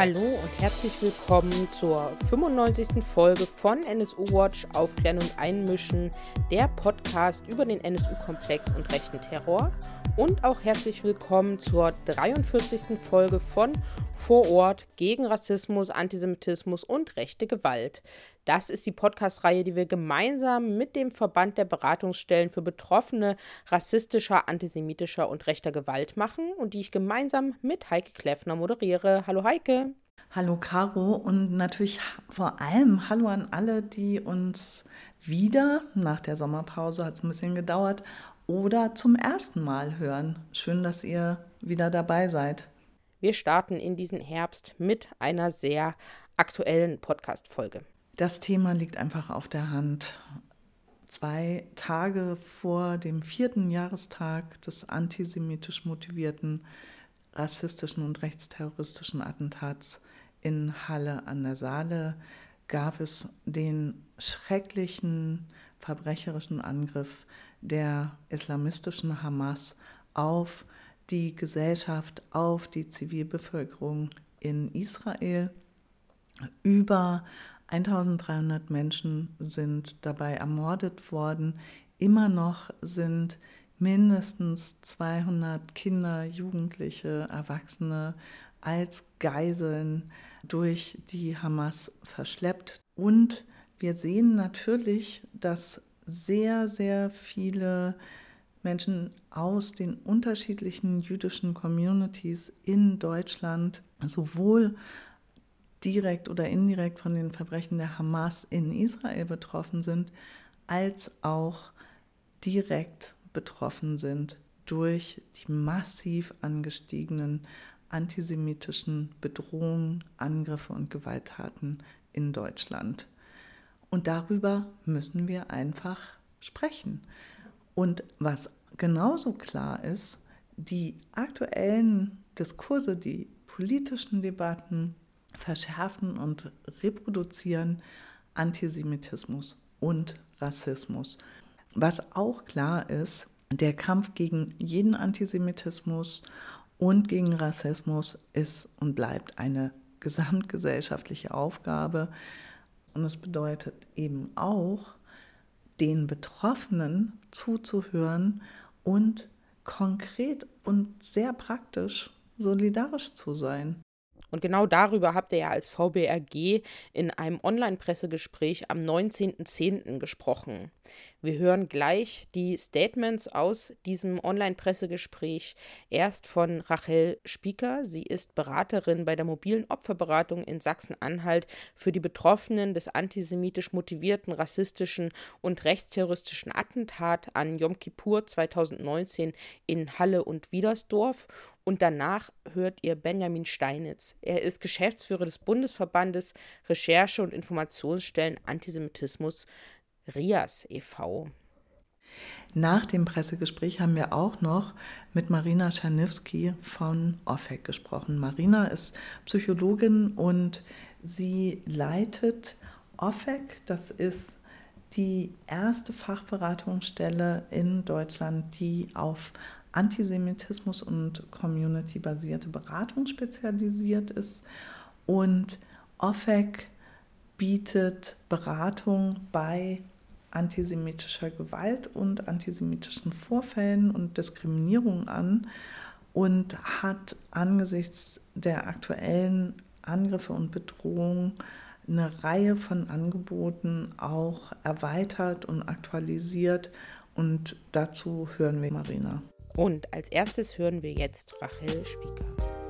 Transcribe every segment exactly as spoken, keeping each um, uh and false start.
Hallo und herzlich willkommen zur fünfundneunzigsten Folge von N S U Watch Aufklären und Einmischen, der Podcast über den N S U-Komplex und rechten Terror. Und auch herzlich willkommen zur dreiundvierzigsten Folge von Vor Ort gegen Rassismus, Antisemitismus und rechte Gewalt. Das ist die Podcast-Reihe, die wir gemeinsam mit dem Verband der Beratungsstellen für Betroffene rassistischer, antisemitischer und rechter Gewalt machen und die ich gemeinsam mit Heike Kleffner moderiere. Hallo Heike. Hallo Caro und natürlich vor allem hallo an alle, die uns wieder, nach der Sommerpause hat es ein bisschen gedauert, oder zum ersten Mal hören. Schön, dass ihr wieder dabei seid. Wir starten in diesen Herbst mit einer sehr aktuellen Podcast-Folge. Das Thema liegt einfach auf der Hand. Zwei Tage vor dem vierten Jahrestag des antisemitisch motivierten, rassistischen und rechtsterroristischen Attentats in Halle an der Saale gab es den schrecklichen, verbrecherischen Angriff der islamistischen Hamas auf die Gesellschaft, auf die Zivilbevölkerung in Israel. Über eintausenddreihundert Menschen sind dabei ermordet worden. Immer noch sind mindestens zweihundert Kinder, Jugendliche, Erwachsene als Geiseln durch die Hamas verschleppt. Und wir sehen natürlich, dass sehr, sehr viele Menschen aus den unterschiedlichen jüdischen Communities in Deutschland sowohl direkt oder indirekt von den Verbrechen der Hamas in Israel betroffen sind, als auch direkt betroffen sind durch die massiv angestiegenen antisemitischen Bedrohungen, Angriffe und Gewalttaten in Deutschland. Und darüber müssen wir einfach sprechen. Und was genauso klar ist, die aktuellen Diskurse, die politischen Debatten verschärfen und reproduzieren Antisemitismus und Rassismus. Was auch klar ist, der Kampf gegen jeden Antisemitismus und gegen Rassismus ist und bleibt eine gesamtgesellschaftliche Aufgabe. Und es bedeutet eben auch, den Betroffenen zuzuhören und konkret und sehr praktisch solidarisch zu sein. Und genau darüber habt ihr ja als V B R G in einem Online-Pressegespräch am neunzehnten zehnten gesprochen. Wir hören gleich die Statements aus diesem Online-Pressegespräch. Erst von Rachel Spieker. Sie ist Beraterin bei der mobilen Opferberatung in Sachsen-Anhalt für die Betroffenen des antisemitisch motivierten, rassistischen und rechtsterroristischen Attentat an Yom Kippur zweitausendneunzehn in Halle und Wiedersdorf. Und danach hört ihr Benjamin Steinitz. Er ist Geschäftsführer des Bundesverbandes Recherche- und Informationsstellen Antisemitismus, R I A S e V Nach dem Pressegespräch haben wir auch noch mit Marina Czerniewski von O F E C gesprochen. Marina ist Psychologin und sie leitet O F E C. Das ist die erste Fachberatungsstelle in Deutschland, die auf Antisemitismus und community-basierte Beratung spezialisiert ist. Und O F E C bietet Beratung bei antisemitischer Gewalt und antisemitischen Vorfällen und Diskriminierung an und hat angesichts der aktuellen Angriffe und Bedrohungen eine Reihe von Angeboten auch erweitert und aktualisiert. Und dazu hören wir Marina. Und als erstes hören wir jetzt Rachel Spieker.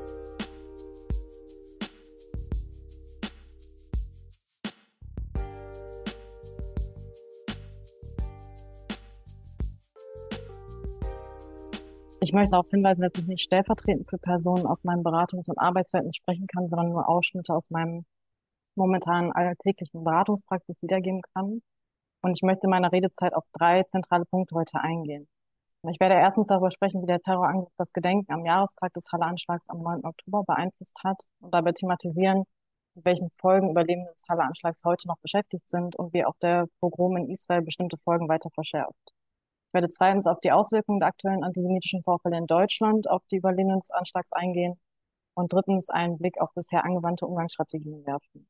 Ich möchte darauf hinweisen, dass ich nicht stellvertretend für Personen aus meinem Beratungs- und Arbeitsfeld sprechen kann, sondern nur Ausschnitte aus meinem momentanen alltäglichen Beratungspraxis wiedergeben kann. Und ich möchte in meiner Redezeit auf drei zentrale Punkte heute eingehen. Ich werde erstens darüber sprechen, wie der Terrorangriff das Gedenken am Jahrestag des Halle-Anschlags am neunten Oktober beeinflusst hat und dabei thematisieren, mit welchen Folgen Überlebende des Halle-Anschlags heute noch beschäftigt sind und wie auch der Pogrom in Israel bestimmte Folgen weiter verschärft. Ich werde zweitens auf die Auswirkungen der aktuellen antisemitischen Vorfälle in Deutschland auf die Überlebenden des Anschlags eingehen und drittens einen Blick auf bisher angewandte Umgangsstrategien werfen.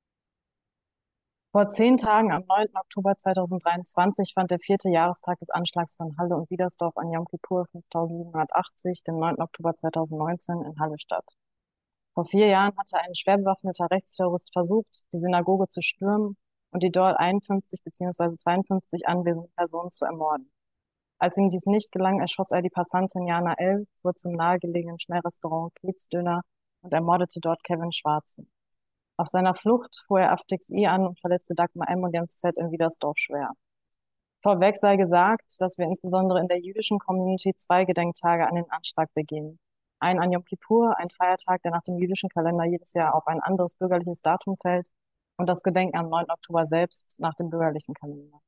Vor zehn Tagen, am neunten Oktober zweitausenddreiundzwanzig, fand der vierte Jahrestag des Anschlags von Halle und Wiedersdorf an Yom Kippur fünftausendsiebenhundertachtzig, den neunten Oktober zweitausendneunzehn, in Halle statt. Vor vier Jahren hatte ein schwer bewaffneter Rechtsterrorist versucht, die Synagoge zu stürmen und die dort einundfünfzig bzw. zweiundfünfzig anwesenden Personen zu ermorden. Als ihm dies nicht gelang, erschoss er die Passantin Jana L., fuhr zum nahegelegenen Schnellrestaurant Kiez-Döner und ermordete dort Kevin Schwarze. Auf seiner Flucht fuhr er Afdex I an und verletzte Dagmar M. und Jens Z. in Wiedersdorf schwer. Vorweg sei gesagt, dass wir insbesondere in der jüdischen Community zwei Gedenktage an den Anschlag begehen. Einen an Yom Kippur, ein Feiertag, der nach dem jüdischen Kalender jedes Jahr auf ein anderes bürgerliches Datum fällt, und das Gedenken am neunten Oktober selbst nach dem bürgerlichen Kalender.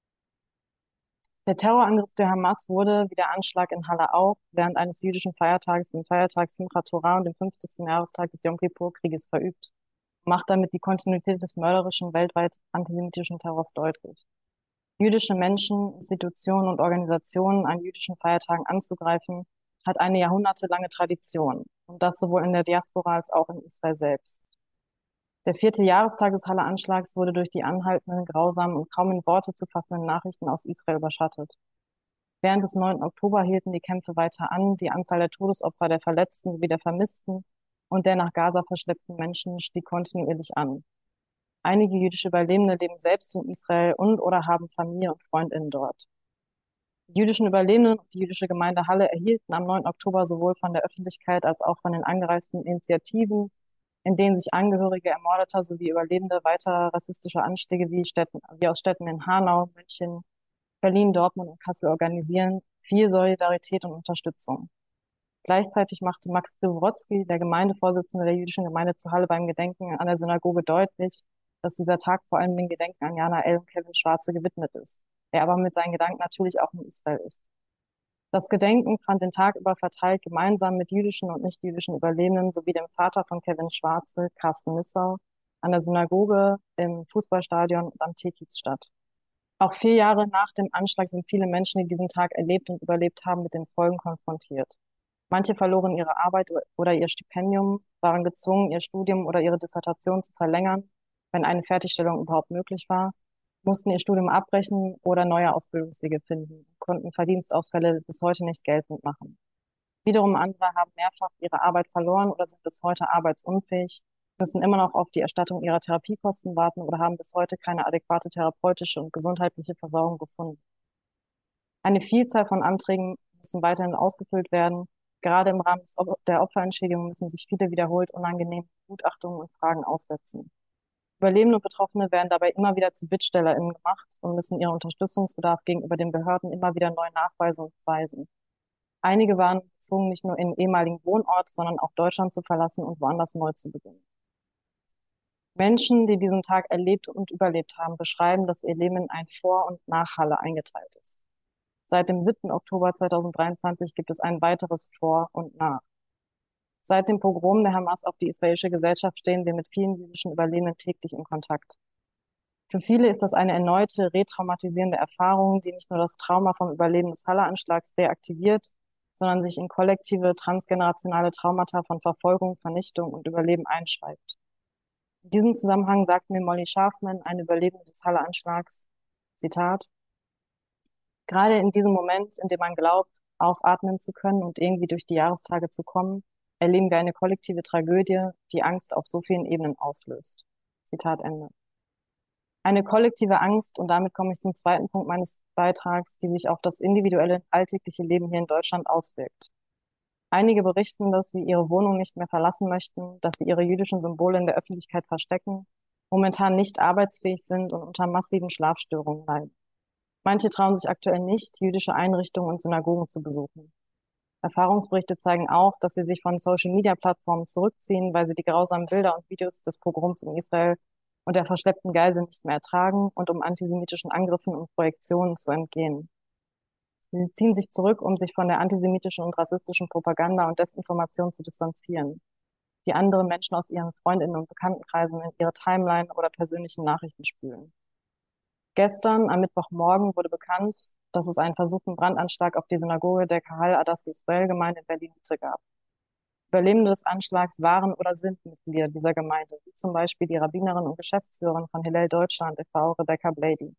Der Terrorangriff der Hamas wurde, wie der Anschlag in Halle auch, während eines jüdischen Feiertages, dem Feiertag Simchat Torah und dem fünfzigsten Jahrestag des Yom Kippur-Krieges verübt, und macht damit die Kontinuität des mörderischen, weltweit antisemitischen Terrors deutlich. Jüdische Menschen, Institutionen und Organisationen an jüdischen Feiertagen anzugreifen, hat eine jahrhundertelange Tradition, und das sowohl in der Diaspora als auch in Israel selbst. Der vierte Jahrestag des Halle-Anschlags wurde durch die anhaltenden, grausamen und kaum in Worte zu fassenden Nachrichten aus Israel überschattet. Während des neunten Oktober hielten die Kämpfe weiter an, die Anzahl der Todesopfer, der Verletzten sowie der Vermissten und der nach Gaza verschleppten Menschen stieg kontinuierlich an. Einige jüdische Überlebende leben selbst in Israel und oder haben Familie und FreundInnen dort. Die jüdischen Überlebenden und die jüdische Gemeinde Halle erhielten am neunten Oktober sowohl von der Öffentlichkeit als auch von den angereisten Initiativen, in denen sich Angehörige Ermordeter sowie Überlebende weiterer rassistischer Anschläge wie, Städten, wie aus Städten in Hanau, München, Berlin, Dortmund und Kassel organisieren, viel Solidarität und Unterstützung. Gleichzeitig machte Max Pryworodzki, der Gemeindevorsitzende der jüdischen Gemeinde zu Halle, beim Gedenken an der Synagoge deutlich, dass dieser Tag vor allem dem Gedenken an Jana L. und Kevin Schwarze gewidmet ist, er aber mit seinen Gedanken natürlich auch in Israel ist. Das Gedenken fand den Tag über verteilt gemeinsam mit jüdischen und nicht-jüdischen Überlebenden sowie dem Vater von Kevin Schwarze, Carsten Nissau, an der Synagoge, im Fußballstadion und am Teekiez statt. Auch vier Jahre nach dem Anschlag sind viele Menschen, die diesen Tag erlebt und überlebt haben, mit den Folgen konfrontiert. Manche verloren ihre Arbeit oder ihr Stipendium, waren gezwungen, ihr Studium oder ihre Dissertation zu verlängern, wenn eine Fertigstellung überhaupt möglich war, mussten ihr Studium abbrechen oder neue Ausbildungswege finden, konnten Verdienstausfälle bis heute nicht geltend machen. Wiederum andere haben mehrfach ihre Arbeit verloren oder sind bis heute arbeitsunfähig, müssen immer noch auf die Erstattung ihrer Therapiekosten warten oder haben bis heute keine adäquate therapeutische und gesundheitliche Versorgung gefunden. Eine Vielzahl von Anträgen müssen weiterhin ausgefüllt werden. Gerade im Rahmen der Opferentschädigung müssen sich viele wiederholt unangenehme Begutachtungen und Fragen aussetzen. Überlebende und Betroffene werden dabei immer wieder zu BittstellerInnen gemacht und müssen ihren Unterstützungsbedarf gegenüber den Behörden immer wieder neu nachweisen und beweisen. Einige waren gezwungen, nicht nur ihren ehemaligen Wohnort, sondern auch Deutschland zu verlassen und woanders neu zu beginnen. Menschen, die diesen Tag erlebt und überlebt haben, beschreiben, dass ihr Leben in ein Vor- und Nach-Halle eingeteilt ist. Seit dem siebten Oktober zweitausenddreiundzwanzig gibt es ein weiteres Vor und Nach. Seit dem Pogrom der Hamas auf die israelische Gesellschaft stehen wir mit vielen jüdischen Überlebenden täglich in Kontakt. Für viele ist das eine erneute retraumatisierende Erfahrung, die nicht nur das Trauma vom Überleben des Halle-Anschlags reaktiviert, sondern sich in kollektive transgenerationale Traumata von Verfolgung, Vernichtung und Überleben einschreibt. In diesem Zusammenhang sagt mir Molly Scharfmann, eine Überlebende des Halle-Anschlags, Zitat: Gerade in diesem Moment, in dem man glaubt, aufatmen zu können und irgendwie durch die Jahrestage zu kommen, erleben wir eine kollektive Tragödie, die Angst auf so vielen Ebenen auslöst. Zitat Ende. Eine kollektive Angst, und damit komme ich zum zweiten Punkt meines Beitrags, die sich auf das individuelle, alltägliche Leben hier in Deutschland auswirkt. Einige berichten, dass sie ihre Wohnung nicht mehr verlassen möchten, dass sie ihre jüdischen Symbole in der Öffentlichkeit verstecken, momentan nicht arbeitsfähig sind und unter massiven Schlafstörungen leiden. Manche trauen sich aktuell nicht, jüdische Einrichtungen und Synagogen zu besuchen. Erfahrungsberichte zeigen auch, dass sie sich von Social-Media-Plattformen zurückziehen, weil sie die grausamen Bilder und Videos des Pogroms in Israel und der verschleppten Geiseln nicht mehr ertragen und um antisemitischen Angriffen und Projektionen zu entgehen. Sie ziehen sich zurück, um sich von der antisemitischen und rassistischen Propaganda und Desinformation zu distanzieren, die andere Menschen aus ihren Freundinnen und Bekanntenkreisen in ihre Timeline oder persönlichen Nachrichten spülen. Gestern, am Mittwochmorgen, wurde bekannt, dass es einen versuchten Brandanschlag auf die Synagoge der Kahal Adass Israel Gemeinde in Berlin-Mitte gab. Überlebende des Anschlags waren oder sind Mitglieder dieser Gemeinde, wie zum Beispiel die Rabbinerin und Geschäftsführerin von Hillel Deutschland e V, Rebecca Blady.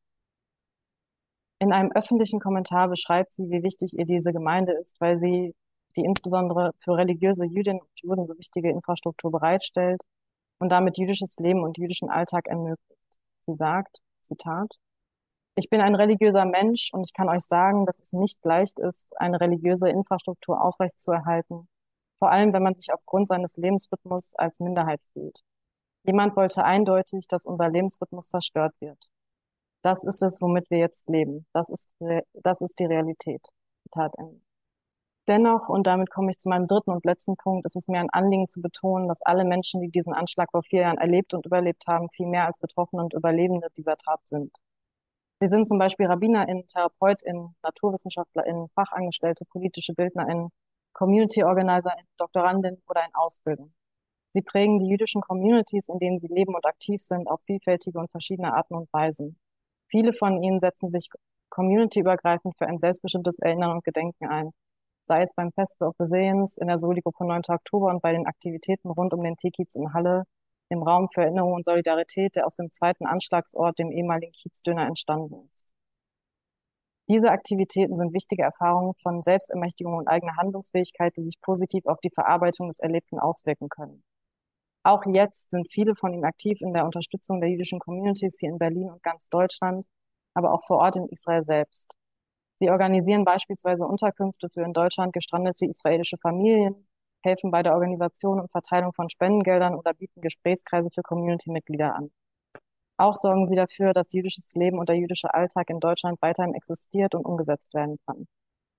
In einem öffentlichen Kommentar beschreibt sie, wie wichtig ihr diese Gemeinde ist, weil sie die insbesondere für religiöse Jüdinnen und Juden so wichtige Infrastruktur bereitstellt und damit jüdisches Leben und jüdischen Alltag ermöglicht. Sie sagt, Zitat, ich bin ein religiöser Mensch und ich kann euch sagen, dass es nicht leicht ist, eine religiöse Infrastruktur aufrechtzuerhalten, vor allem wenn man sich aufgrund seines Lebensrhythmus als Minderheit fühlt. Jemand wollte eindeutig, dass unser Lebensrhythmus zerstört wird. Das ist es, womit wir jetzt leben. Das ist, das ist die Realität. Zitat Ende. Dennoch, und damit komme ich zu meinem dritten und letzten Punkt, ist es mir ein Anliegen zu betonen, dass alle Menschen, die diesen Anschlag vor vier Jahren erlebt und überlebt haben, viel mehr als Betroffene und Überlebende dieser Tat sind. Wir sind zum Beispiel RabbinerInnen, TherapeutInnen, NaturwissenschaftlerInnen, Fachangestellte, politische BildnerInnen, Community-OrganizerInnen, DoktorandInnen oder in Ausbildung. Sie prägen die jüdischen Communities, in denen sie leben und aktiv sind, auf vielfältige und verschiedene Arten und Weisen. Viele von ihnen setzen sich communityübergreifend für ein selbstbestimmtes Erinnern und Gedenken ein, sei es beim Festival of Resilience, in der Soli-Gruppe neunten Oktober und bei den Aktivitäten rund um den P-Kiez in Halle, dem Raum für Erinnerung und Solidarität, der aus dem zweiten Anschlagsort, dem ehemaligen Kiezdöner, entstanden ist. Diese Aktivitäten sind wichtige Erfahrungen von Selbstermächtigung und eigener Handlungsfähigkeit, die sich positiv auf die Verarbeitung des Erlebten auswirken können. Auch jetzt sind viele von ihnen aktiv in der Unterstützung der jüdischen Communities hier in Berlin und ganz Deutschland, aber auch vor Ort in Israel selbst. Sie organisieren beispielsweise Unterkünfte für in Deutschland gestrandete israelische Familien, helfen bei der Organisation und Verteilung von Spendengeldern oder bieten Gesprächskreise für Community-Mitglieder an. Auch sorgen sie dafür, dass jüdisches Leben und der jüdische Alltag in Deutschland weiterhin existiert und umgesetzt werden kann.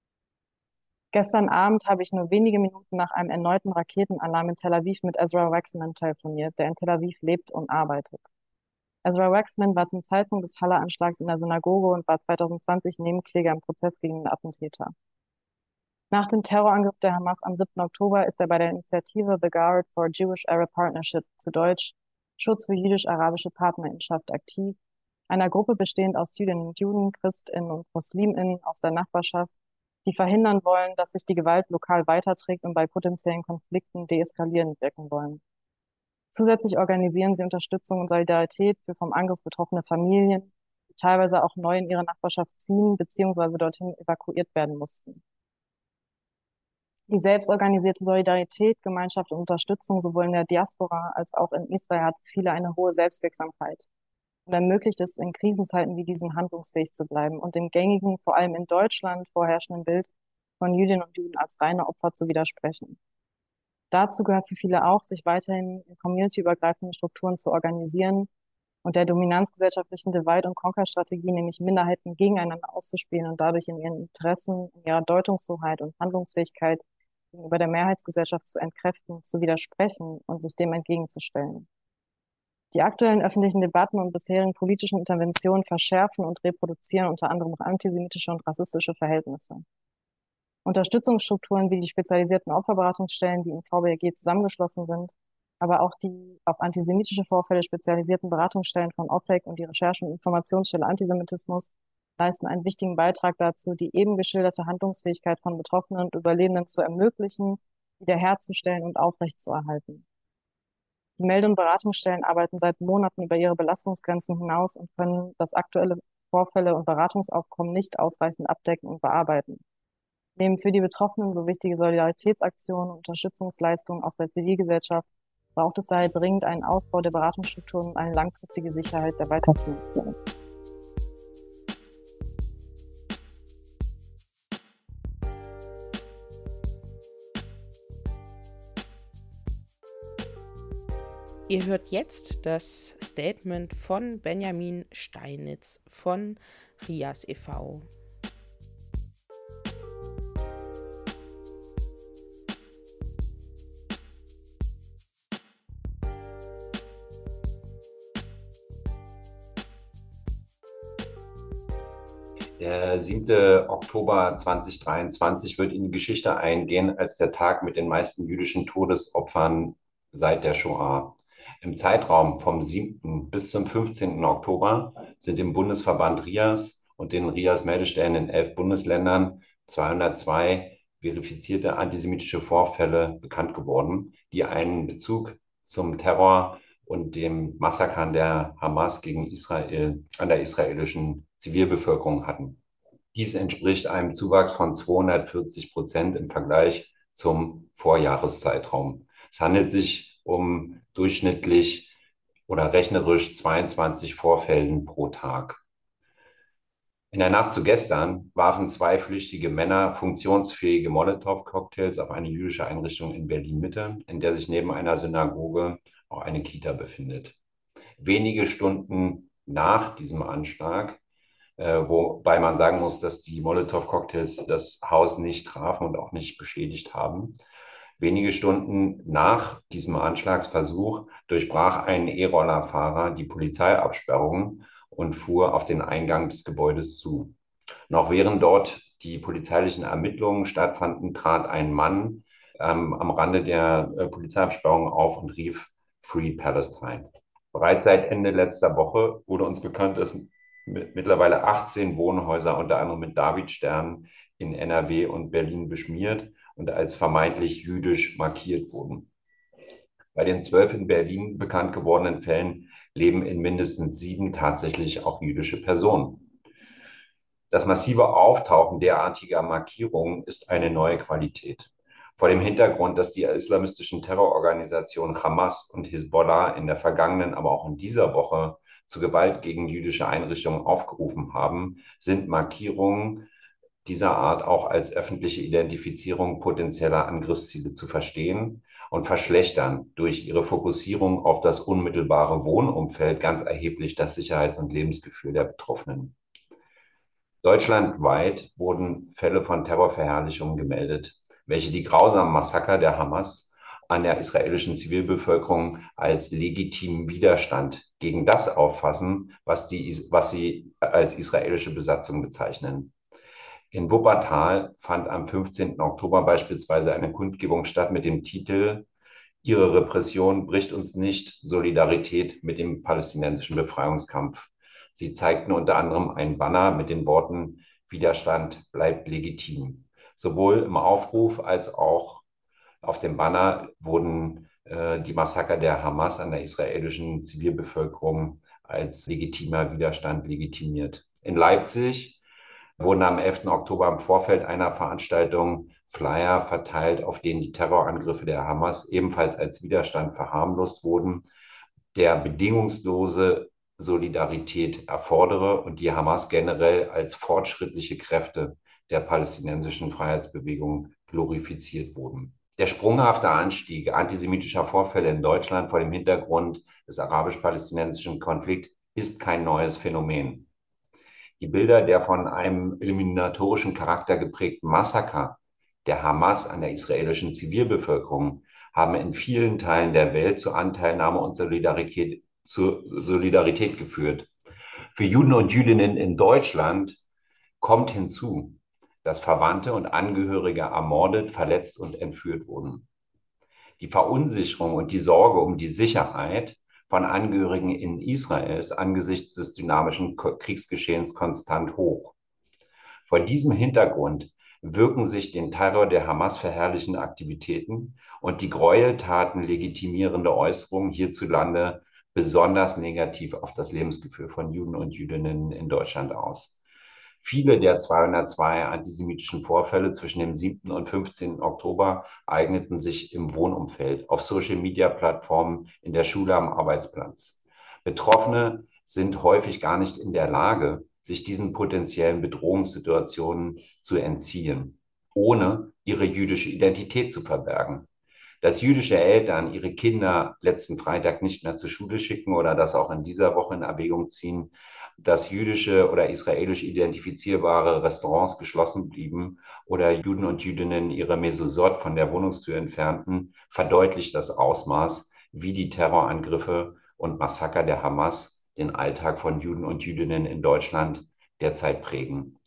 Gestern Abend habe ich nur wenige Minuten nach einem erneuten Raketenalarm in Tel Aviv mit Ezra Waxman telefoniert, der in Tel Aviv lebt und arbeitet. Ezra Waxman war zum Zeitpunkt des Halle-Anschlags in der Synagoge und war zwanzig zwanzig Nebenkläger im Prozess gegen den Attentäter. Nach dem Terrorangriff der Hamas am siebten Oktober ist er bei der Initiative The Guard for Jewish-Arab Partnership, zu Deutsch Schutz für jüdisch-arabische Partnerinschaft, aktiv, einer Gruppe bestehend aus Jüdinnen und Juden, Christinnen und Musliminnen aus der Nachbarschaft, die verhindern wollen, dass sich die Gewalt lokal weiterträgt und bei potenziellen Konflikten deeskalierend wirken wollen. Zusätzlich organisieren sie Unterstützung und Solidarität für vom Angriff betroffene Familien, die teilweise auch neu in ihre Nachbarschaft ziehen bzw. dorthin evakuiert werden mussten. Die selbstorganisierte Solidarität, Gemeinschaft und Unterstützung sowohl in der Diaspora als auch in Israel hat für viele eine hohe Selbstwirksamkeit und ermöglicht es, in Krisenzeiten wie diesen handlungsfähig zu bleiben und dem gängigen, vor allem in Deutschland vorherrschenden Bild von Jüdinnen und Juden als reine Opfer zu widersprechen. Dazu gehört für viele auch, sich weiterhin in communityübergreifenden Strukturen zu organisieren und der dominanzgesellschaftlichen Divide- und Conquer-Strategie, nämlich Minderheiten gegeneinander auszuspielen und dadurch in ihren Interessen, in ihrer Deutungshoheit und Handlungsfähigkeit gegenüber der Mehrheitsgesellschaft zu entkräften, zu widersprechen und sich dem entgegenzustellen. Die aktuellen öffentlichen Debatten und bisherigen politischen Interventionen verschärfen und reproduzieren unter anderem antisemitische und rassistische Verhältnisse. Unterstützungsstrukturen wie die spezialisierten Opferberatungsstellen, die im V B R G zusammengeschlossen sind, aber auch die auf antisemitische Vorfälle spezialisierten Beratungsstellen von O F E C und die Recherche- und Informationsstelle Antisemitismus leisten einen wichtigen Beitrag dazu, die eben geschilderte Handlungsfähigkeit von Betroffenen und Überlebenden zu ermöglichen, wiederherzustellen und aufrechtzuerhalten. Die Melde- und Beratungsstellen arbeiten seit Monaten über ihre Belastungsgrenzen hinaus und können das aktuelle Vorfälle- und Beratungsaufkommen nicht ausreichend abdecken und bearbeiten. Neben für die Betroffenen so wichtige Solidaritätsaktionen und Unterstützungsleistungen aus der Zivilgesellschaft braucht es daher dringend einen Ausbau der Beratungsstrukturen und eine langfristige Sicherheit der Weiterfinanzierung. Ihr hört jetzt das Statement von Benjamin Steinitz von RIAS e V Der siebte Oktober zweitausenddreiundzwanzig wird in die Geschichte eingehen als der Tag mit den meisten jüdischen Todesopfern seit der Shoah. Im Zeitraum vom siebten bis zum fünfzehnten Oktober sind im Bundesverband RIAS und den RIAS-Meldestellen in elf Bundesländern zweihundertzwei verifizierte antisemitische Vorfälle bekannt geworden, die einen Bezug zum Terror und dem Massakern der Hamas gegen Israel an der israelischen Zivilbevölkerung hatten. Dies entspricht einem Zuwachs von zweihundertvierzig Prozent im Vergleich zum Vorjahreszeitraum. Es handelt sich um durchschnittlich oder rechnerisch zweiundzwanzig Vorfällen pro Tag. In der Nacht zu gestern warfen zwei flüchtige Männer funktionsfähige Molotow-Cocktails auf eine jüdische Einrichtung in Berlin-Mitte, in der sich neben einer Synagoge auch eine Kita befindet. Wenige Stunden nach diesem Anschlag, äh, wobei man sagen muss, dass die Molotow-Cocktails das Haus nicht trafen und auch nicht beschädigt haben, wenige Stunden nach diesem Anschlagsversuch durchbrach ein E-Roller-Fahrer die Polizeiabsperrung und fuhr auf den Eingang des Gebäudes zu. Noch während dort die polizeilichen Ermittlungen stattfanden, trat ein Mann ähm, am Rande der äh, Polizeiabsperrung auf und rief Free Palestine. Bereits seit Ende letzter Woche wurde uns bekannt, dass mittlerweile achtzehn Wohnhäuser unter anderem mit Davidsternen in N R W und Berlin beschmiert und als vermeintlich jüdisch markiert wurden. Bei den zwölf in Berlin bekannt gewordenen Fällen leben in mindestens sieben tatsächlich auch jüdische Personen. Das massive Auftauchen derartiger Markierungen ist eine neue Qualität. Vor dem Hintergrund, dass die islamistischen Terrororganisationen Hamas und Hisbollah in der vergangenen, aber auch in dieser Woche zu Gewalt gegen jüdische Einrichtungen aufgerufen haben, sind Markierungen dieser Art auch als öffentliche Identifizierung potenzieller Angriffsziele zu verstehen und verschlechtern durch ihre Fokussierung auf das unmittelbare Wohnumfeld ganz erheblich das Sicherheits- und Lebensgefühl der Betroffenen. Deutschlandweit wurden Fälle von Terrorverherrlichungen gemeldet, welche die grausamen Massaker der Hamas an der israelischen Zivilbevölkerung als legitimen Widerstand gegen das auffassen, was, die, was sie als israelische Besatzung bezeichnen. In Wuppertal fand am fünfzehnten Oktober beispielsweise eine Kundgebung statt mit dem Titel „Ihre Repression bricht uns nicht, Solidarität mit dem palästinensischen Befreiungskampf“. Sie zeigten unter anderem ein Banner mit den Worten „Widerstand bleibt legitim“. Sowohl im Aufruf als auch auf dem Banner wurden äh, die Massaker der Hamas an der israelischen Zivilbevölkerung als legitimer Widerstand legitimiert. In Leipzig wurden am elften Oktober im Vorfeld einer Veranstaltung Flyer verteilt, auf denen die Terrorangriffe der Hamas ebenfalls als Widerstand verharmlost wurden, der bedingungslose Solidarität erfordere und die Hamas generell als fortschrittliche Kräfte der palästinensischen Freiheitsbewegung glorifiziert wurden. Der sprunghafte Anstieg antisemitischer Vorfälle in Deutschland vor dem Hintergrund des arabisch-palästinensischen Konflikts ist kein neues Phänomen. Die Bilder der von einem eliminatorischen Charakter geprägten Massaker der Hamas an der israelischen Zivilbevölkerung haben in vielen Teilen der Welt zu Anteilnahme und Solidarität, zu Solidarität geführt. Für Juden und Jüdinnen in Deutschland kommt hinzu, dass Verwandte und Angehörige ermordet, verletzt und entführt wurden. Die Verunsicherung und die Sorge um die Sicherheit von Angehörigen in Israel ist angesichts des dynamischen Kriegsgeschehens konstant hoch. Vor diesem Hintergrund wirken sich den Terror der Hamas verherrlichende Aktivitäten und die Gräueltaten legitimierende Äußerungen hierzulande besonders negativ auf das Lebensgefühl von Juden und Jüdinnen in Deutschland aus. Viele der zweihundertzwei antisemitischen Vorfälle zwischen dem siebten und fünfzehnten Oktober eigneten sich im Wohnumfeld, auf Social-Media-Plattformen, in der Schule, am Arbeitsplatz. Betroffene sind häufig gar nicht in der Lage, sich diesen potenziellen Bedrohungssituationen zu entziehen, ohne ihre jüdische Identität zu verbergen. Dass jüdische Eltern ihre Kinder letzten Freitag nicht mehr zur Schule schicken oder das auch in dieser Woche in Erwägung ziehen, dass jüdische oder israelisch identifizierbare Restaurants geschlossen blieben oder Juden und Jüdinnen ihre Mezuzot von der Wohnungstür entfernten, verdeutlicht das Ausmaß, wie die Terrorangriffe und Massaker der Hamas den Alltag von Juden und Jüdinnen in Deutschland derzeit prägen.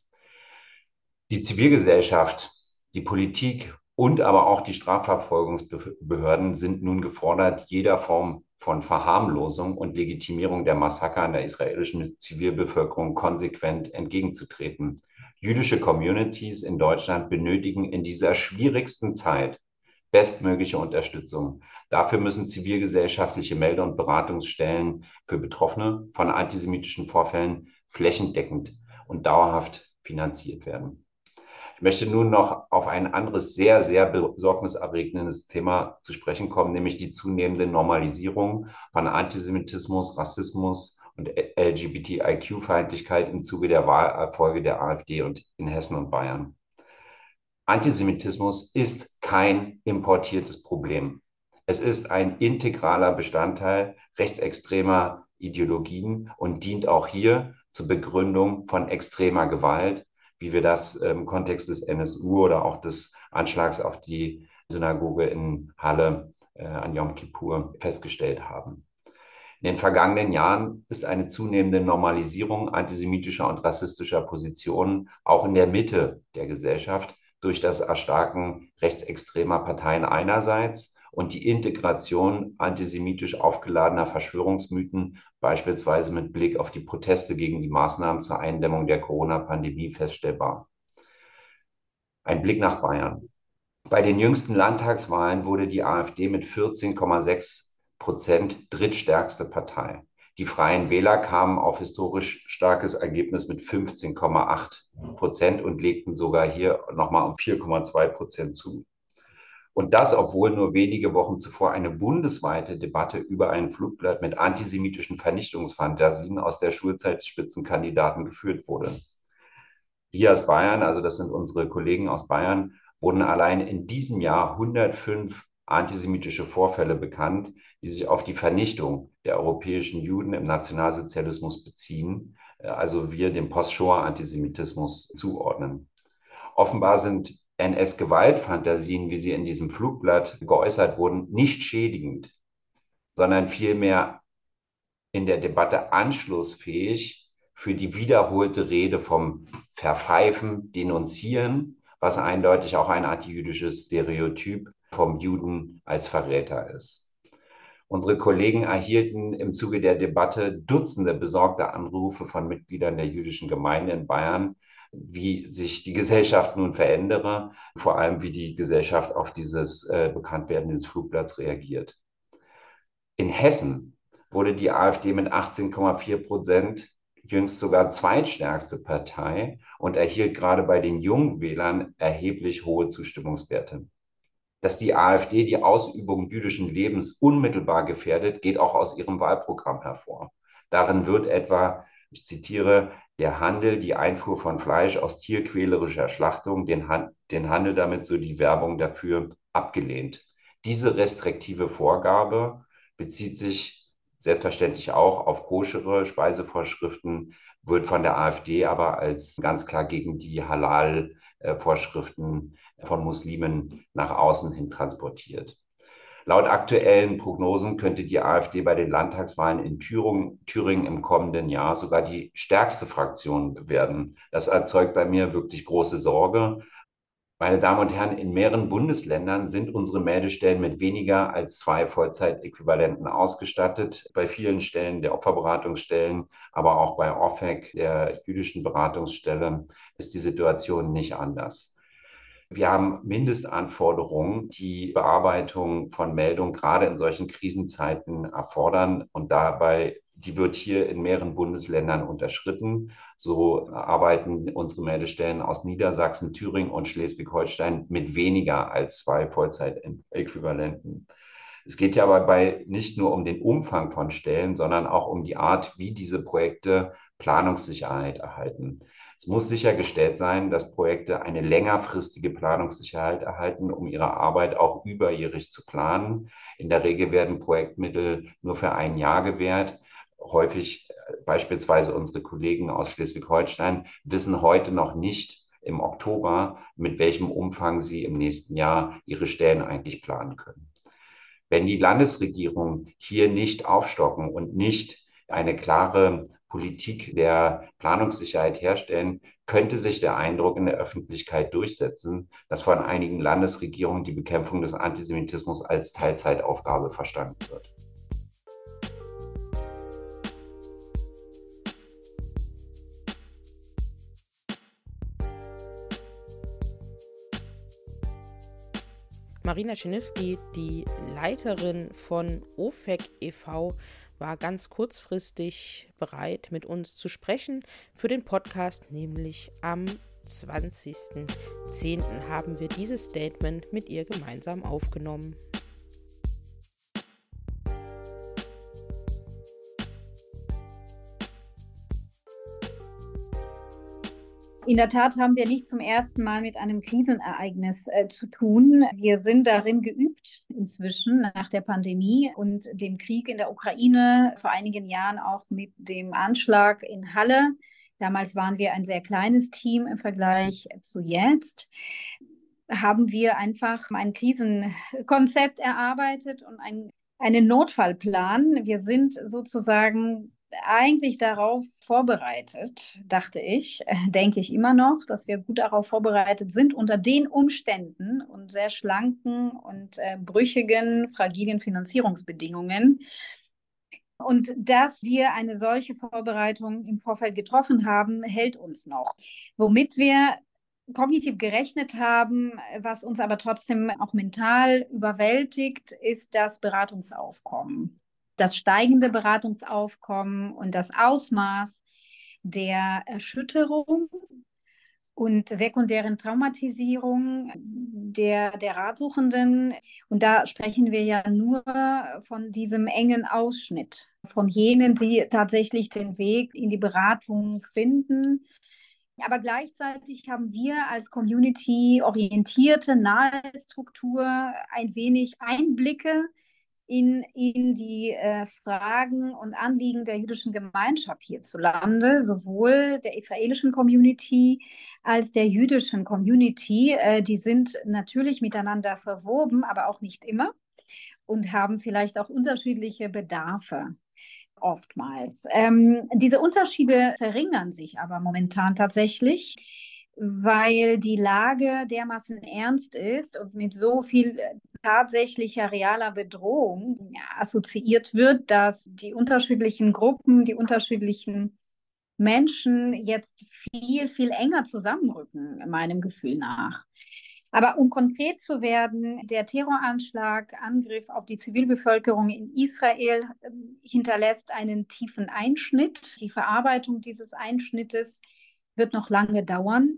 Die Zivilgesellschaft, die Politik und aber auch die Strafverfolgungsbehörden sind nun gefordert, jeder Form von Verharmlosung und Legitimierung der Massaker an der israelischen Zivilbevölkerung konsequent entgegenzutreten. Jüdische Communities in Deutschland benötigen in dieser schwierigsten Zeit bestmögliche Unterstützung. Dafür müssen zivilgesellschaftliche Melde- und Beratungsstellen für Betroffene von antisemitischen Vorfällen flächendeckend und dauerhaft finanziert werden. Ich möchte nun noch auf ein anderes sehr, sehr besorgniserregendes Thema zu sprechen kommen, nämlich die zunehmende Normalisierung von Antisemitismus, Rassismus und L G B T I Q-Feindlichkeit im Zuge der Wahlerfolge der AfD und in Hessen und Bayern. Antisemitismus ist kein importiertes Problem. Es ist ein integraler Bestandteil rechtsextremer Ideologien und dient auch hier zur Begründung von extremer Gewalt, wie wir das im Kontext des N S U oder auch des Anschlags auf die Synagoge in Halle äh, an Yom Kippur festgestellt haben. In den vergangenen Jahren ist eine zunehmende Normalisierung antisemitischer und rassistischer Positionen auch in der Mitte der Gesellschaft durch das Erstarken rechtsextremer Parteien einerseits und die Integration antisemitisch aufgeladener Verschwörungsmythen, beispielsweise mit Blick auf die Proteste gegen die Maßnahmen zur Eindämmung der Corona-Pandemie, feststellbar. Ein Blick nach Bayern. Bei den jüngsten Landtagswahlen wurde die AfD mit vierzehn Komma sechs Prozent drittstärkste Partei. Die Freien Wähler kamen auf historisch starkes Ergebnis mit fünfzehn Komma acht Prozent und legten sogar hier nochmal um vier Komma zwei Prozent zu. Und das, obwohl nur wenige Wochen zuvor eine bundesweite Debatte über ein Flugblatt mit antisemitischen Vernichtungsfantasien aus der Schulzeit des Spitzenkandidaten geführt wurde. Hier aus Bayern, also das sind unsere Kollegen aus Bayern, wurden allein in diesem Jahr hundertfünf antisemitische Vorfälle bekannt, die sich auf die Vernichtung der europäischen Juden im Nationalsozialismus beziehen, also wir dem Post-Shoah-Antisemitismus zuordnen. Offenbar sind N S-Gewaltfantasien, wie sie in diesem Flugblatt geäußert wurden, nicht schädigend, sondern vielmehr in der Debatte anschlussfähig für die wiederholte Rede vom Verpfeifen, Denunzieren, was eindeutig auch ein antijüdisches Stereotyp vom Juden als Verräter ist. Unsere Kollegen erhielten im Zuge der Debatte Dutzende besorgte Anrufe von Mitgliedern der jüdischen Gemeinde in Bayern, wie sich die Gesellschaft nun verändere, vor allem wie die Gesellschaft auf dieses äh, Bekanntwerden dieses Flugblatts reagiert. In Hessen wurde die AfD mit achtzehn Komma vier Prozent jüngst sogar zweitstärkste Partei und erhielt gerade bei den jungen Wählern erheblich hohe Zustimmungswerte. Dass die AfD die Ausübung jüdischen Lebens unmittelbar gefährdet, geht auch aus ihrem Wahlprogramm hervor. Darin wird etwa, ich zitiere, der Handel, die Einfuhr von Fleisch aus tierquälerischer Schlachtung, den, Han- den Handel damit so die Werbung dafür abgelehnt. Diese restriktive Vorgabe bezieht sich selbstverständlich auch auf koschere Speisevorschriften, wird von der AfD aber als ganz klar gegen die Halal-Vorschriften von Muslimen nach außen hin transportiert. Laut aktuellen Prognosen könnte die AfD bei den Landtagswahlen in Thüringen, Thüringen im kommenden Jahr sogar die stärkste Fraktion werden. Das erzeugt bei mir wirklich große Sorge. Meine Damen und Herren, in mehreren Bundesländern sind unsere Meldestellen mit weniger als zwei Vollzeitäquivalenten ausgestattet. Bei vielen Stellen der Opferberatungsstellen, aber auch bei O F E C, der jüdischen Beratungsstelle, ist die Situation nicht anders. Wir haben Mindestanforderungen, die Bearbeitung von Meldungen gerade in solchen Krisenzeiten erfordern. Und dabei, die wird hier in mehreren Bundesländern unterschritten. So arbeiten unsere Meldestellen aus Niedersachsen, Thüringen und Schleswig-Holstein mit weniger als zwei Vollzeitäquivalenten. Es geht ja dabei nicht nur um den Umfang von Stellen, sondern auch um die Art, wie diese Projekte Planungssicherheit erhalten. Es muss sichergestellt sein, dass Projekte eine längerfristige Planungssicherheit erhalten, um ihre Arbeit auch überjährig zu planen. In der Regel werden Projektmittel nur für ein Jahr gewährt. Häufig beispielsweise unsere Kollegen aus Schleswig-Holstein wissen heute noch nicht im Oktober, mit welchem Umfang sie im nächsten Jahr ihre Stellen eigentlich planen können. Wenn die Landesregierung hier nicht aufstocken und nicht eine klare Politik der Planungssicherheit herstellen, könnte sich der Eindruck in der Öffentlichkeit durchsetzen, dass von einigen Landesregierungen die Bekämpfung des Antisemitismus als Teilzeitaufgabe verstanden wird. Marina Czerniewski, die Leiterin von O F E C e V, war ganz kurzfristig bereit, mit uns zu sprechen für den Podcast, nämlich am zwanzigsten zehnten haben wir dieses Statement mit ihr gemeinsam aufgenommen. In der Tat haben wir nicht zum ersten Mal mit einem Krisenereignis äh, zu tun. Wir sind darin geübt inzwischen nach der Pandemie und dem Krieg in der Ukraine, vor einigen Jahren auch mit dem Anschlag in Halle. Damals waren wir ein sehr kleines Team im Vergleich zu jetzt. Haben wir einfach ein Krisenkonzept erarbeitet und ein, einen Notfallplan. Wir sind sozusagen eigentlich darauf vorbereitet, dachte ich, denke ich immer noch, dass wir gut darauf vorbereitet sind, unter den Umständen und sehr schlanken und äh, brüchigen, fragilen Finanzierungsbedingungen. Und dass wir eine solche Vorbereitung im Vorfeld getroffen haben, hält uns noch. Womit wir kognitiv gerechnet haben, was uns aber trotzdem auch mental überwältigt, ist das Beratungsaufkommen. Das steigende Beratungsaufkommen und das Ausmaß der Erschütterung und sekundären Traumatisierung der, der Ratsuchenden. Und da sprechen wir ja nur von diesem engen Ausschnitt, von jenen, die tatsächlich den Weg in die Beratung finden. Aber gleichzeitig haben wir als community-orientierte, nahe Struktur ein wenig Einblicke in, in die äh, Fragen und Anliegen der jüdischen Gemeinschaft hierzulande, sowohl der israelischen Community als der jüdischen Community. Äh, die sind natürlich miteinander verwoben, aber auch nicht immer und haben vielleicht auch unterschiedliche Bedarfe. Oftmals. Ähm, diese Unterschiede verringern sich aber momentan tatsächlich, weil die Lage dermaßen ernst ist und mit so viel tatsächlicher realer Bedrohung ja, assoziiert wird, dass die unterschiedlichen Gruppen, die unterschiedlichen Menschen jetzt viel, viel enger zusammenrücken, meinem Gefühl nach. Aber um konkret zu werden, der Terroranschlag, Angriff auf die Zivilbevölkerung in Israel äh, hinterlässt einen tiefen Einschnitt. Die Verarbeitung dieses Einschnittes wird noch lange dauern.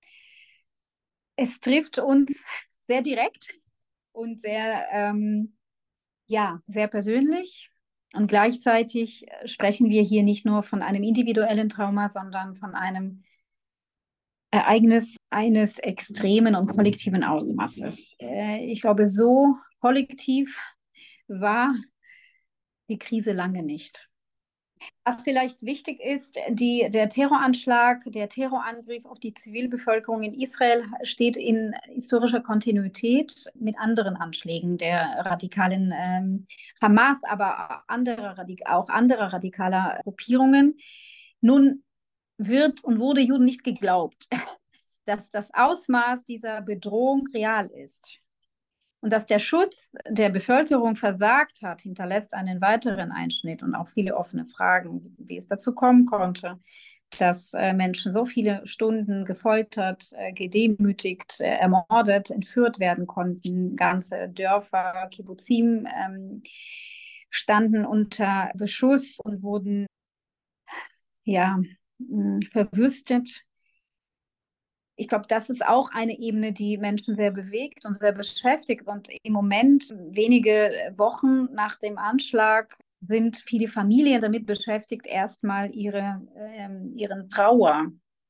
Es trifft uns sehr direkt und sehr, ähm, ja, sehr persönlich. Und gleichzeitig sprechen wir hier nicht nur von einem individuellen Trauma, sondern von einem Ereignis eines extremen und kollektiven Ausmaßes. Äh, ich glaube, so kollektiv war die Krise lange nicht. Was vielleicht wichtig ist, die, der Terroranschlag, der Terrorangriff auf die Zivilbevölkerung in Israel steht in historischer Kontinuität mit anderen Anschlägen der radikalen ähm, Hamas, aber andere, auch anderer radikaler Gruppierungen. Nun wird und wurde Juden nicht geglaubt, dass das Ausmaß dieser Bedrohung real ist. Und dass der Schutz der Bevölkerung versagt hat, hinterlässt einen weiteren Einschnitt und auch viele offene Fragen, wie es dazu kommen konnte, dass äh, Menschen so viele Stunden gefoltert, äh, gedemütigt, äh, ermordet, entführt werden konnten. Ganze Dörfer, Kibbuzim ähm, standen unter Beschuss und wurden ja, mh, verwüstet. Ich glaube, das ist auch eine Ebene, die Menschen sehr bewegt und sehr beschäftigt. Und im Moment, wenige Wochen nach dem Anschlag, sind viele Familien damit beschäftigt, erstmal ihre, ähm, ihren Trauer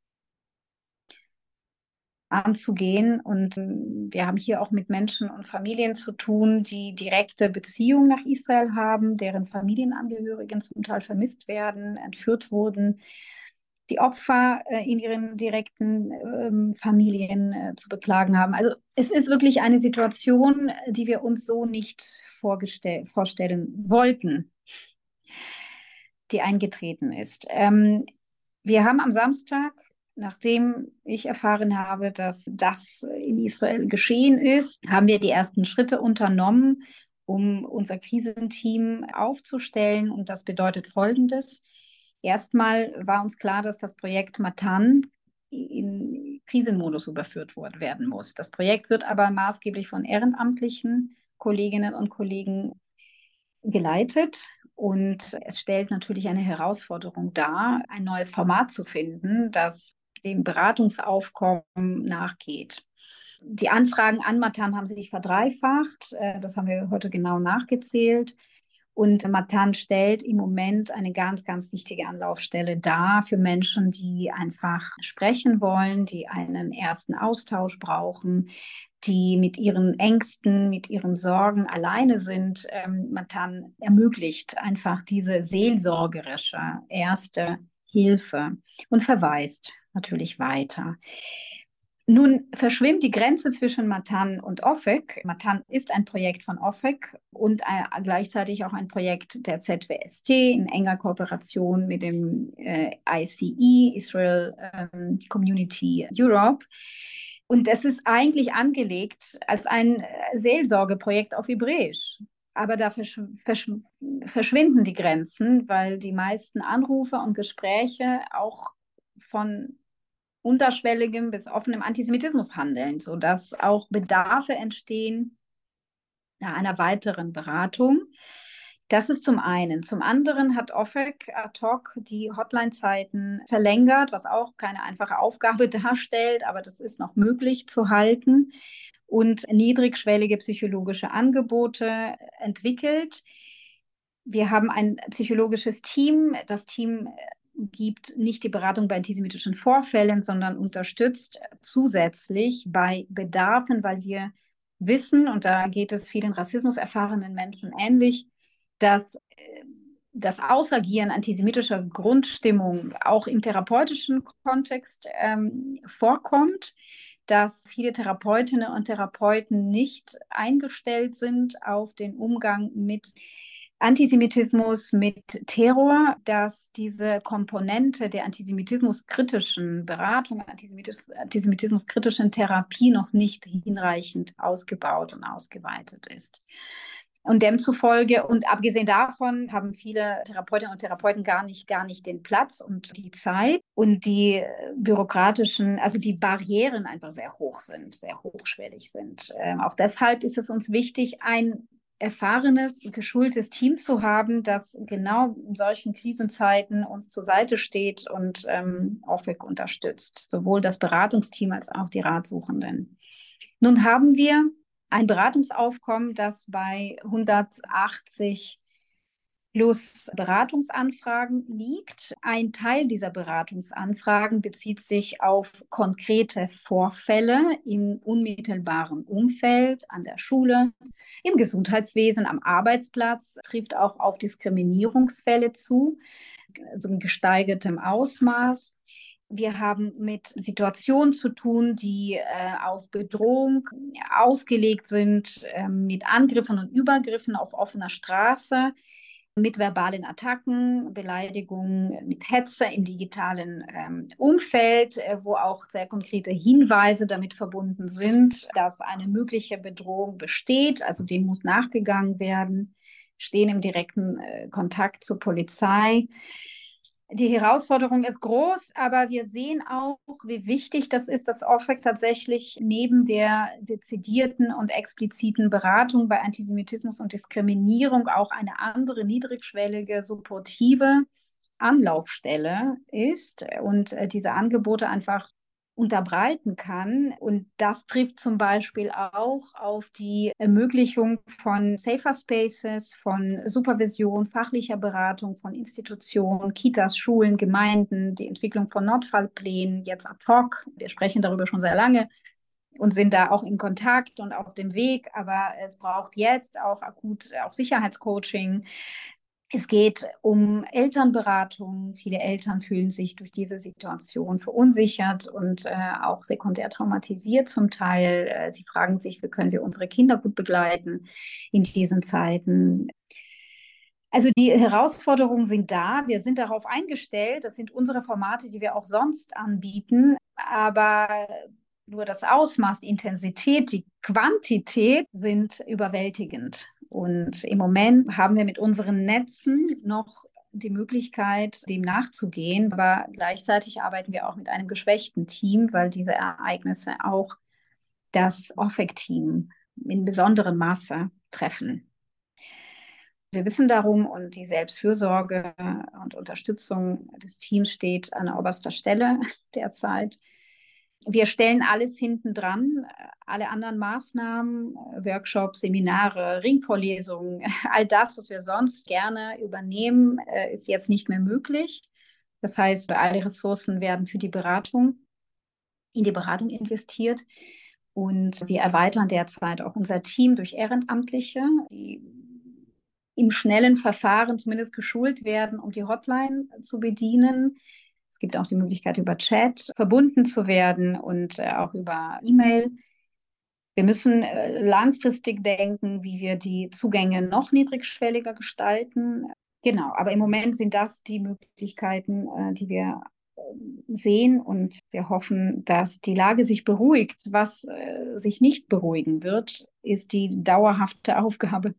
anzugehen. Und ähm, wir haben hier auch mit Menschen und Familien zu tun, die direkte Beziehungen nach Israel haben, deren Familienangehörigen zum Teil vermisst werden, entführt wurden, die Opfer äh, in ihren direkten ähm, Familien äh, zu beklagen haben. Also es ist wirklich eine Situation, die wir uns so nicht vorstellen wollten, die eingetreten ist. Ähm, wir haben am Samstag, nachdem ich erfahren habe, dass das in Israel geschehen ist, haben wir die ersten Schritte unternommen, um unser Krisenteam aufzustellen. Und das bedeutet Folgendes. Erstmal war uns klar, dass das Projekt Matan in Krisenmodus überführt werden muss. Das Projekt wird aber maßgeblich von ehrenamtlichen Kolleginnen und Kollegen geleitet. Und es stellt natürlich eine Herausforderung dar, ein neues Format zu finden, das dem Beratungsaufkommen nachgeht. Die Anfragen an Matan haben sich verdreifacht. Das haben wir heute genau nachgezählt. Und Matan stellt im Moment eine ganz, ganz wichtige Anlaufstelle dar für Menschen, die einfach sprechen wollen, die einen ersten Austausch brauchen, die mit ihren Ängsten, mit ihren Sorgen alleine sind. Ähm, Matan ermöglicht einfach diese seelsorgerische erste Hilfe und verweist natürlich weiter. Nun verschwimmt die Grenze zwischen Matan und O F E C. Matan ist ein Projekt von O F E C und äh, gleichzeitig auch ein Projekt der Z W S T in enger Kooperation mit dem äh, I C E, Israel ähm, Community Europe. Und es ist eigentlich angelegt als ein Seelsorgeprojekt auf Hebräisch. Aber da versch versch verschwinden die Grenzen, weil die meisten Anrufe und Gespräche auch von unterschwelligem bis offenem Antisemitismus handeln, sodass auch Bedarfe entstehen einer weiteren Beratung. Das ist zum einen. Zum anderen hat O F E C ad hoc die Hotline-Zeiten verlängert, was auch keine einfache Aufgabe darstellt, aber das ist noch möglich zu halten, und niedrigschwellige psychologische Angebote entwickelt. Wir haben ein psychologisches Team. Das Team gibt nicht die Beratung bei antisemitischen Vorfällen, sondern unterstützt zusätzlich bei Bedarfen, weil wir wissen, und da geht es vielen Rassismus erfahrenen Menschen ähnlich, dass das Ausagieren antisemitischer Grundstimmung auch im therapeutischen Kontext ähm, vorkommt, dass viele Therapeutinnen und Therapeuten nicht eingestellt sind auf den Umgang mit Antisemitismus, mit Terror, dass diese Komponente der antisemitismuskritischen Beratung, Antisemitis antisemitismuskritischen Therapie noch nicht hinreichend ausgebaut und ausgeweitet ist. Und demzufolge, und abgesehen davon, haben viele Therapeutinnen und Therapeuten gar nicht, gar nicht den Platz und die Zeit, und die bürokratischen, also die Barrieren einfach sehr hoch sind, sehr hochschwellig sind. Ähm, auch deshalb ist es uns wichtig, ein erfahrenes, geschultes Team zu haben, das genau in solchen Krisenzeiten uns zur Seite steht und ähm, O F E C unterstützt, sowohl das Beratungsteam als auch die Ratsuchenden. Nun haben wir ein Beratungsaufkommen, das bei hundertachtzig plus Beratungsanfragen liegt. Ein Teil dieser Beratungsanfragen bezieht sich auf konkrete Vorfälle im unmittelbaren Umfeld, an der Schule, im Gesundheitswesen, am Arbeitsplatz, trifft auch auf Diskriminierungsfälle zu, also in gesteigertem Ausmaß. Wir haben mit Situationen zu tun, die äh, auf Bedrohung ausgelegt sind, äh, mit Angriffen und Übergriffen auf offener Straße, mit verbalen Attacken, Beleidigungen, mit Hetze im digitalen ähm, Umfeld, äh, wo auch sehr konkrete Hinweise damit verbunden sind, dass eine mögliche Bedrohung besteht. Also dem muss nachgegangen werden, stehen im direkten äh, Kontakt zur Polizei. Die Herausforderung ist groß, aber wir sehen auch, wie wichtig das ist, dass O F E C tatsächlich neben der dezidierten und expliziten Beratung bei Antisemitismus und Diskriminierung auch eine andere niedrigschwellige, supportive Anlaufstelle ist und diese Angebote einfach unterbreiten kann. Und das trifft zum Beispiel auch auf die Ermöglichung von Safer Spaces, von Supervision, fachlicher Beratung von Institutionen, Kitas, Schulen, Gemeinden, die Entwicklung von Notfallplänen, jetzt ad hoc. Wir sprechen darüber schon sehr lange und sind da auch in Kontakt und auf dem Weg, aber es braucht jetzt auch akut auch Sicherheitscoaching. Es geht um Elternberatung. Viele Eltern fühlen sich durch diese Situation verunsichert und äh, auch sekundär traumatisiert zum Teil. Äh, sie fragen sich, wie können wir unsere Kinder gut begleiten in diesen Zeiten. Also die Herausforderungen sind da. Wir sind darauf eingestellt. Das sind unsere Formate, die wir auch sonst anbieten. Aber nur das Ausmaß, die Intensität, die Quantität sind überwältigend. Und im Moment haben wir mit unseren Netzen noch die Möglichkeit, dem nachzugehen. Aber gleichzeitig arbeiten wir auch mit einem geschwächten Team, weil diese Ereignisse auch das OFFEC-Team in besonderem Maße treffen. Wir wissen darum und die Selbstfürsorge und Unterstützung des Teams steht an oberster Stelle derzeit. Wir stellen alles hinten dran, alle anderen Maßnahmen, Workshops, Seminare, Ringvorlesungen, all das, was wir sonst gerne übernehmen, ist jetzt nicht mehr möglich. Das heißt, alle Ressourcen werden für die Beratung, in die Beratung investiert. Und wir erweitern derzeit auch unser Team durch Ehrenamtliche, die im schnellen Verfahren zumindest geschult werden, um die Hotline zu bedienen. Es gibt auch die Möglichkeit, über Chat verbunden zu werden und äh, auch über E-Mail. Wir müssen äh, langfristig denken, wie wir die Zugänge noch niedrigschwelliger gestalten. Genau, aber im Moment sind das die Möglichkeiten, äh, die wir äh, sehen, und wir hoffen, dass die Lage sich beruhigt. Was äh, sich nicht beruhigen wird, ist die dauerhafte Aufgabe,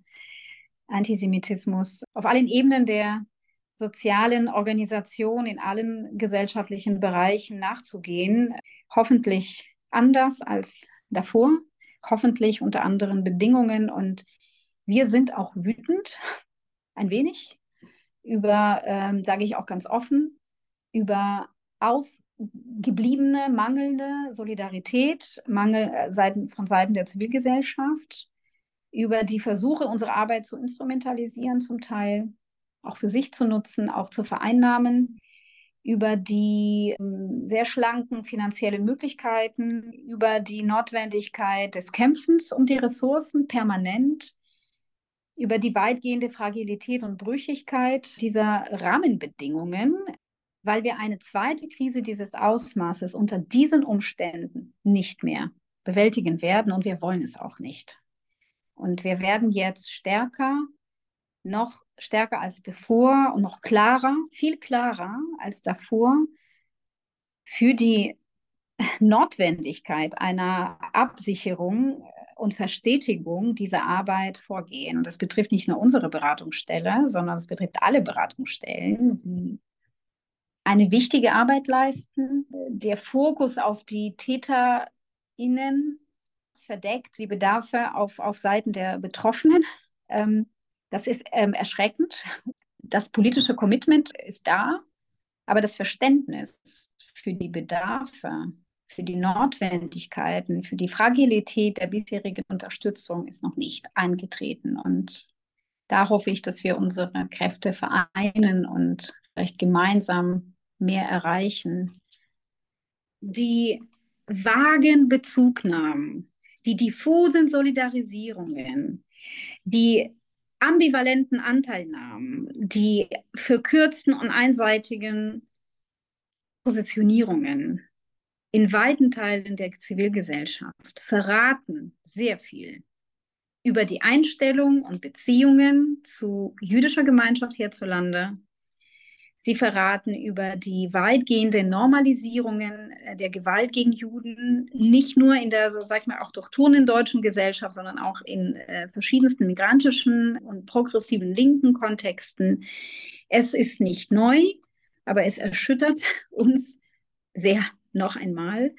Antisemitismus auf allen Ebenen der sozialen Organisation, in allen gesellschaftlichen Bereichen nachzugehen. Hoffentlich anders als davor, hoffentlich unter anderen Bedingungen. Und wir sind auch wütend, ein wenig, über, ähm, sage ich auch ganz offen, über ausgebliebene, mangelnde Solidarität, Mangel äh, Seiten, von Seiten der Zivilgesellschaft, über die Versuche, unsere Arbeit zu instrumentalisieren, zum Teil auch für sich zu nutzen, auch zu vereinnahmen, über die ähm, sehr schlanken finanziellen Möglichkeiten, über die Notwendigkeit des Kämpfens um die Ressourcen permanent, über die weitgehende Fragilität und Brüchigkeit dieser Rahmenbedingungen, weil wir eine zweite Krise dieses Ausmaßes unter diesen Umständen nicht mehr bewältigen werden, und wir wollen es auch nicht. Und wir werden jetzt stärker, noch stärker als bevor und noch klarer, viel klarer als davor für die Notwendigkeit einer Absicherung und Verstetigung dieser Arbeit vorgehen. Und das betrifft nicht nur unsere Beratungsstelle, sondern es betrifft alle Beratungsstellen, die eine wichtige Arbeit leisten. Der Fokus auf die TäterInnen verdeckt die Bedarfe auf, auf Seiten der Betroffenen. Ähm, das ist ähm, erschreckend. Das politische Commitment ist da, aber das Verständnis für die Bedarfe, für die Notwendigkeiten, für die Fragilität der bisherigen Unterstützung ist noch nicht eingetreten. Und da hoffe ich, dass wir unsere Kräfte vereinen und vielleicht gemeinsam mehr erreichen. Die vagen Bezugnahmen, die diffusen Solidarisierungen, die ambivalenten Anteilnahmen, die verkürzten und einseitigen Positionierungen in weiten Teilen der Zivilgesellschaft verraten sehr viel über die Einstellung und Beziehungen zu jüdischer Gemeinschaft hierzulande. Sie verraten über die weitgehende Normalisierungen der Gewalt gegen Juden, nicht nur in der, so sag ich mal, auch autochthonen deutschen Gesellschaft, sondern auch in äh, verschiedensten migrantischen und progressiven linken Kontexten. Es ist nicht neu, aber es erschüttert uns sehr noch einmal.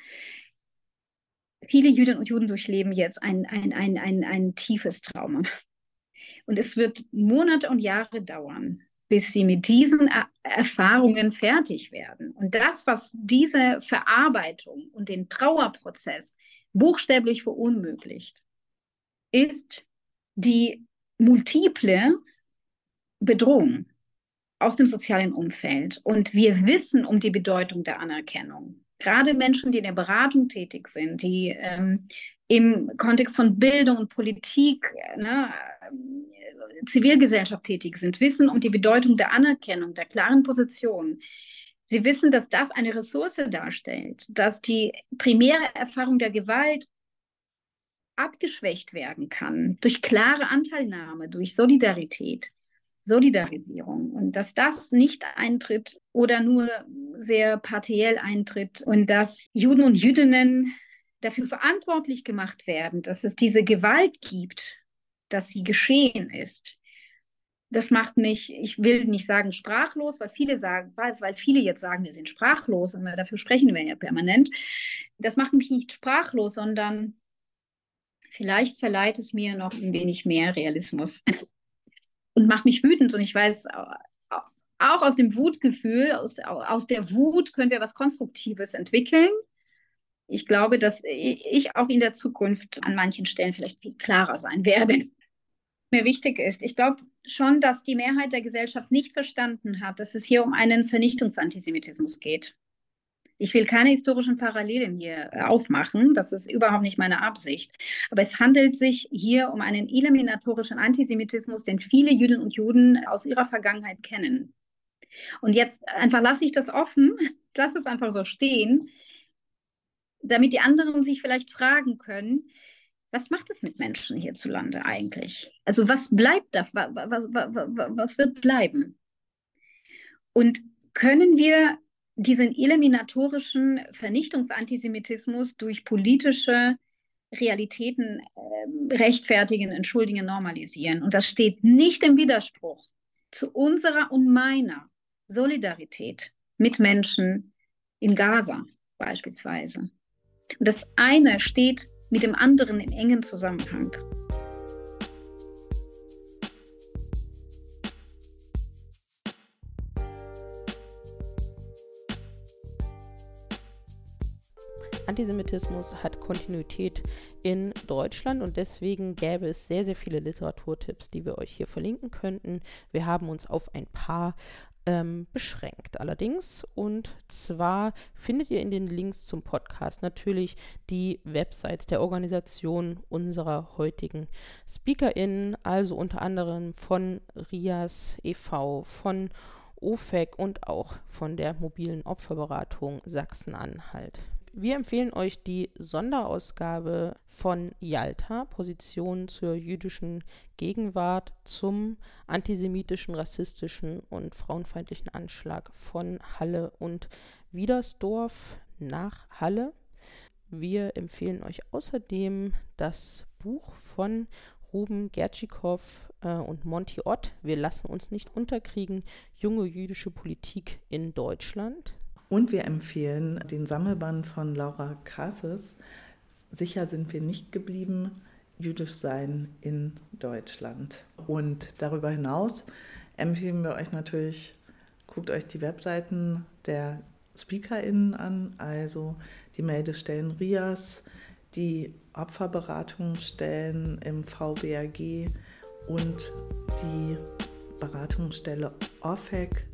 Viele Jüdinnen und Juden durchleben jetzt ein, ein, ein, ein, ein tiefes Trauma. Und es wird Monate und Jahre dauern, bis sie mit diesen er Erfahrungen fertig werden. Und das, was diese Verarbeitung und den Trauerprozess buchstäblich verunmöglicht, ist die multiple Bedrohung aus dem sozialen Umfeld. Und wir wissen um die Bedeutung der Anerkennung. Gerade Menschen, die in der Beratung tätig sind, die ähm, im Kontext von Bildung und Politik, ne, Zivilgesellschaft tätig sind, wissen um die Bedeutung der Anerkennung, der klaren Position. Sie wissen, dass das eine Ressource darstellt, dass die primäre Erfahrung der Gewalt abgeschwächt werden kann durch klare Anteilnahme, durch Solidarität, Solidarisierung, und dass das nicht eintritt oder nur sehr partiell eintritt und dass Juden und Jüdinnen dafür verantwortlich gemacht werden, dass es diese Gewalt gibt, dass sie geschehen ist. das macht mich, ich will nicht sagen sprachlos, weil viele sagen, weil, weil viele jetzt sagen, wir sind sprachlos und dafür sprechen wir ja permanent. Das macht mich nicht sprachlos, sondern vielleicht verleiht es mir noch ein wenig mehr Realismus und macht mich wütend. Und ich weiß, auch aus dem Wutgefühl, aus, aus der Wut können wir was Konstruktives entwickeln. Ich glaube, dass ich auch in der Zukunft an manchen Stellen vielleicht viel klarer sein werde. Mir wichtig ist, ich glaube schon, dass die Mehrheit der Gesellschaft nicht verstanden hat, dass es hier um einen Vernichtungsantisemitismus geht. Ich will keine historischen Parallelen hier aufmachen, das ist überhaupt nicht meine Absicht. Aber es handelt sich hier um einen eliminatorischen Antisemitismus, den viele Jüdinnen und Juden aus ihrer Vergangenheit kennen. Und jetzt einfach lasse ich das offen, ich lasse es einfach so stehen, damit die anderen sich vielleicht fragen können, was macht es mit Menschen hierzulande eigentlich? Also was bleibt da? Was, was, was wird bleiben? Und können wir diesen eliminatorischen Vernichtungsantisemitismus durch politische Realitäten äh, rechtfertigen, entschuldigen, normalisieren? Und das steht nicht im Widerspruch zu unserer und meiner Solidarität mit Menschen in Gaza beispielsweise. Und das eine steht mit dem anderen in engen Zusammenhang. Antisemitismus hat Kontinuität in Deutschland und deswegen gäbe es sehr, sehr viele Literaturtipps, die wir euch hier verlinken könnten. Wir haben uns auf ein paar ähm, beschränkt allerdings, und zwar findet ihr in den Links zum Podcast natürlich die Websites der Organisation unserer heutigen SpeakerInnen, also unter anderem von RIAS e V, von O F E C und auch von der mobilen Opferberatung Sachsen-Anhalt. Wir empfehlen euch die Sonderausgabe von Jalta, Positionen zur jüdischen Gegenwart zum antisemitischen, rassistischen und frauenfeindlichen Anschlag von Halle und Wiedersdorf nach Halle. Wir empfehlen euch außerdem das Buch von Ruben Gertschikow äh, und Monty Ott, Wir lassen uns nicht unterkriegen, junge jüdische Politik in Deutschland. Und wir empfehlen den Sammelband von Laura Krasses, Sicher sind wir nicht geblieben, jüdisch sein in Deutschland. Und darüber hinaus empfehlen wir euch natürlich, guckt euch die Webseiten der SpeakerInnen an, also die Meldestellen RIAS, die Opferberatungsstellen im V B R G und die Beratungsstelle O F E C.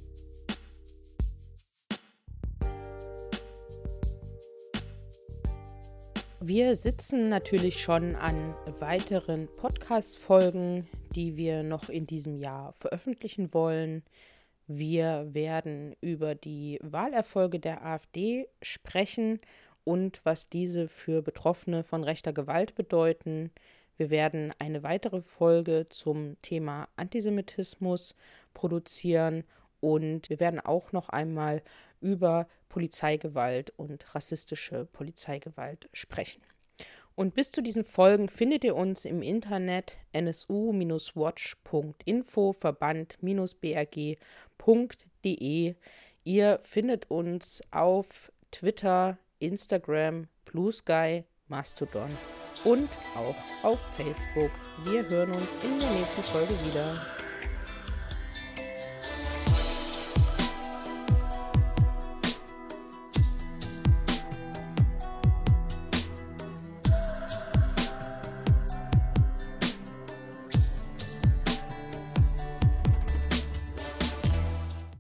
Wir sitzen natürlich schon an weiteren Podcast-Folgen, die wir noch in diesem Jahr veröffentlichen wollen. Wir werden über die Wahlerfolge der AfD sprechen und was diese für Betroffene von rechter Gewalt bedeuten. Wir werden eine weitere Folge zum Thema Antisemitismus produzieren und wir werden auch noch einmal über Polizeigewalt und rassistische Polizeigewalt sprechen. Und bis zu diesen Folgen findet ihr uns im Internet n s u Bindestrich watch Punkt info, verband b r g Punkt d e. Ihr findet uns auf Twitter, Instagram, Blue Sky, Mastodon und auch auf Facebook. Wir hören uns in der nächsten Folge wieder.